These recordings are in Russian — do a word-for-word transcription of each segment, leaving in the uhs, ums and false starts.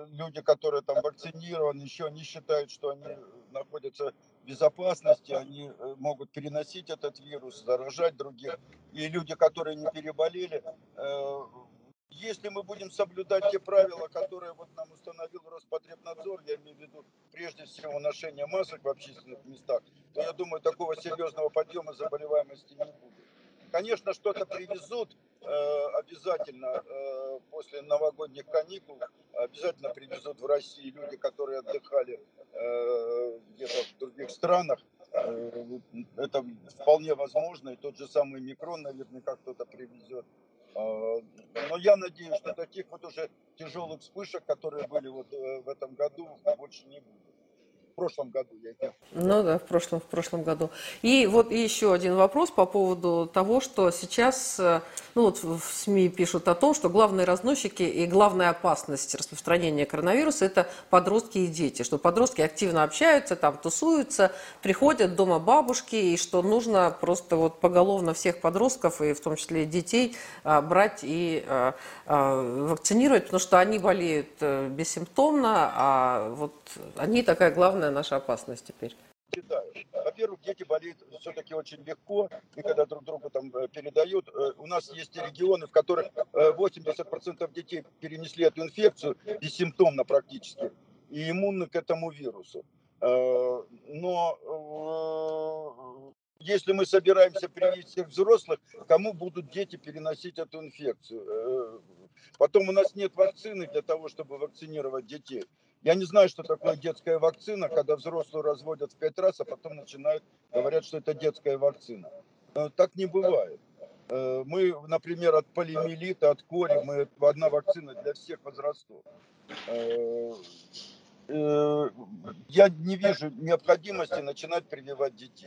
люди, которые там вакцинированы, еще не считают, что они находятся в безопасности, они э, могут переносить этот вирус, заражать других. И люди, которые не переболели, э, если мы будем соблюдать те правила, которые вот нам установил Роспотребнадзор, я имею в виду прежде всего ношение масок в общественных местах, то я думаю, такого серьезного подъема заболеваемости не будет. Конечно, что-то привезут э, обязательно э, после новогодних каникул, обязательно привезут в Россию люди, которые отдыхали э, где-то в других странах. Э, это вполне возможно, и тот же самый микрон наверняка кто-то привезет. А, Но я надеюсь, что таких вот уже тяжелых вспышек, которые были вот э, в этом году, больше не будет. В прошлом году я имею в виду. Ну да, в прошлом, в прошлом году. И вот еще один вопрос по поводу того, что сейчас, э, ну вот в СМИ пишут о том, что главные разносчики и главная опасность распространения коронавируса – это подростки и дети, что подростки активно общаются, там тусуются, приходят дома бабушки, и что нужно просто вот поголовно всех подростков, и в том числе и детей, а, брать и а, а, вакцинировать, потому что они болеют э, бессимптомно, а вот они такая главная наша опасность теперь. Считаю. Во-первых, дети болеют все-таки очень легко, и когда друг другу там э, передают. Э, У нас есть регионы, в которых э, восемьдесят процентов детей перенесли эту инфекцию бессимптомно практически, и иммунны к этому вирусу. Э, Но э, если мы собираемся привить всех взрослых, кому будут дети переносить эту инфекцию? Э, Потом у нас нет вакцины для того, чтобы вакцинировать детей. Я не знаю, что такое детская вакцина, когда взрослую разводят в пять раз, а потом начинают говорят, что это детская вакцина. Э, Так не бывает. Э, Мы, например, от полиомиелита, от кори, мы одна вакцина для всех возрастов. Э, э, Я не вижу необходимости начинать прививать детей.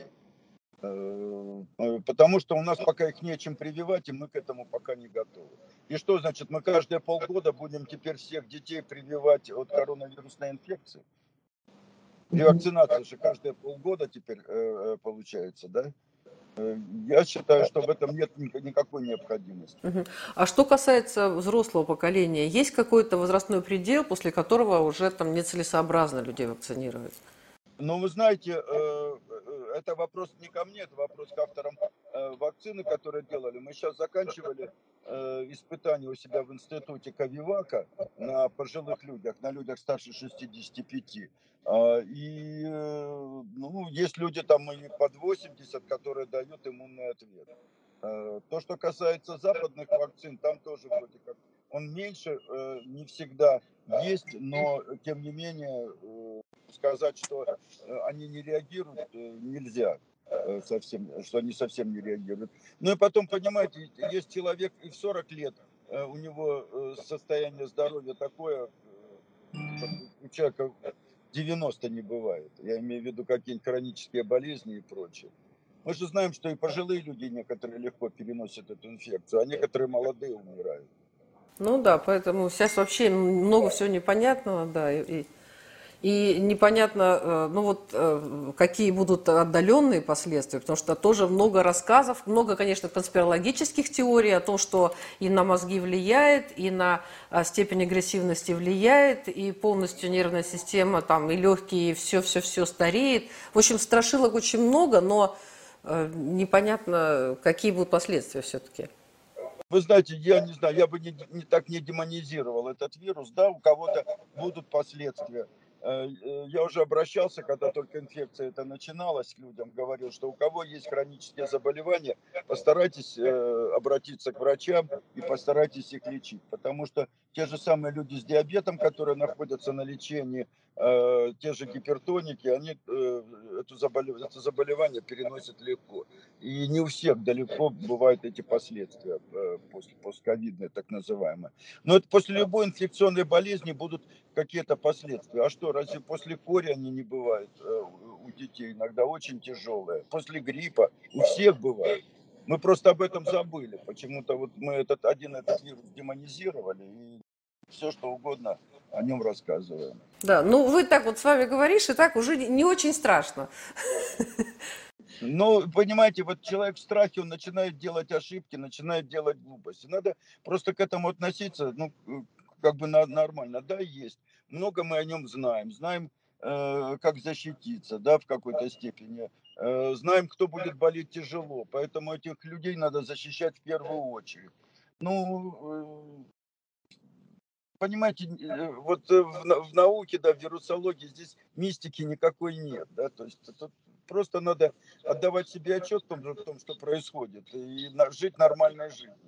Э, э, Потому что у нас пока их нечем прививать, и мы к этому пока не готовы. И что значит, мы каждые полгода будем теперь всех детей прививать от коронавирусной инфекции? Ревакцинация же каждые полгода теперь э, э, получается, да? Э, Я считаю, что в этом нет ни- никакой необходимости. Мгм. А что касается взрослого поколения, есть какой-то возрастной предел, после которого уже там нецелесообразно людей вакцинировать? Но вы знаете, э, э, это вопрос не ко мне, это вопрос к авторам э, вакцины, которые делали. Мы сейчас заканчивали э, испытания у себя в институте Кавивака на пожилых людях, на людях старше шестидесяти пяти. А, И э, ну, есть люди там и под восемьдесят, которые дают иммунный ответ. Э, То, что касается западных вакцин, там тоже вроде как он меньше, э, не всегда есть, но э, тем не менее э, сказать, что э, они не реагируют, э, нельзя э, совсем, что они совсем не реагируют. Ну и потом, понимаете, есть человек и в сорок лет, э, у него э, состояние здоровья такое, э, что у человека девяносто не бывает. Я имею в виду какие-нибудь хронические болезни и прочее. Мы же знаем, что и пожилые люди некоторые легко переносят эту инфекцию, а некоторые молодые умирают. Ну да, поэтому сейчас вообще много всего непонятного, да, и, и непонятно, э, ну вот, э, какие будут отдаленные последствия, потому что тоже много рассказов, много, конечно, конспирологических теорий о том, что и на мозги влияет, и на а, степень агрессивности влияет, и полностью нервная система, там, и легкие, и все-все-все стареет. В общем, страшилок очень много, но э, непонятно, какие будут последствия все-таки. Вы знаете, я не знаю, я бы не, не так не демонизировал этот вирус. Да, у кого-то будут последствия. Э, э, Я уже обращался, когда только инфекция это начиналась, к людям говорил, что у кого есть хронические заболевания, постарайтесь э, обратиться к врачам и постарайтесь их лечить. Потому что те же самые люди с диабетом, которые находятся на лечении, э, те же гипертоники, они э, эту заболев- это заболевание переносят легко. И не у всех далеко бывают эти последствия э, после постковидные, так называемые. Но это после любой инфекционной болезни будут какие-то последствия. А что, разве после кори они не бывают э, у детей? Иногда очень тяжелые. После гриппа у всех бывает. Мы просто об этом забыли. Почему-то вот мы этот один этот вирус демонизировали и все что угодно о нем рассказываем. Да, ну вы так вот с вами говоришь, и так уже не не очень страшно. Ну, понимаете, вот человек в страхе, он начинает делать ошибки, начинает делать глупости. Надо просто к этому относиться, ну, как бы на- нормально. Да, есть. Много мы о нем знаем. Знаем, э, как защититься, да, в какой-то степени. Э, знаем, кто будет болеть тяжело. Поэтому этих людей надо защищать в первую очередь. Ну, э, понимаете, э, вот э, в, на- в науке, да, в вирусологии здесь мистики никакой нет, да, то есть тут просто надо отдавать себе отчет в том, же- в том, что происходит, и на- жить нормальной жизнью.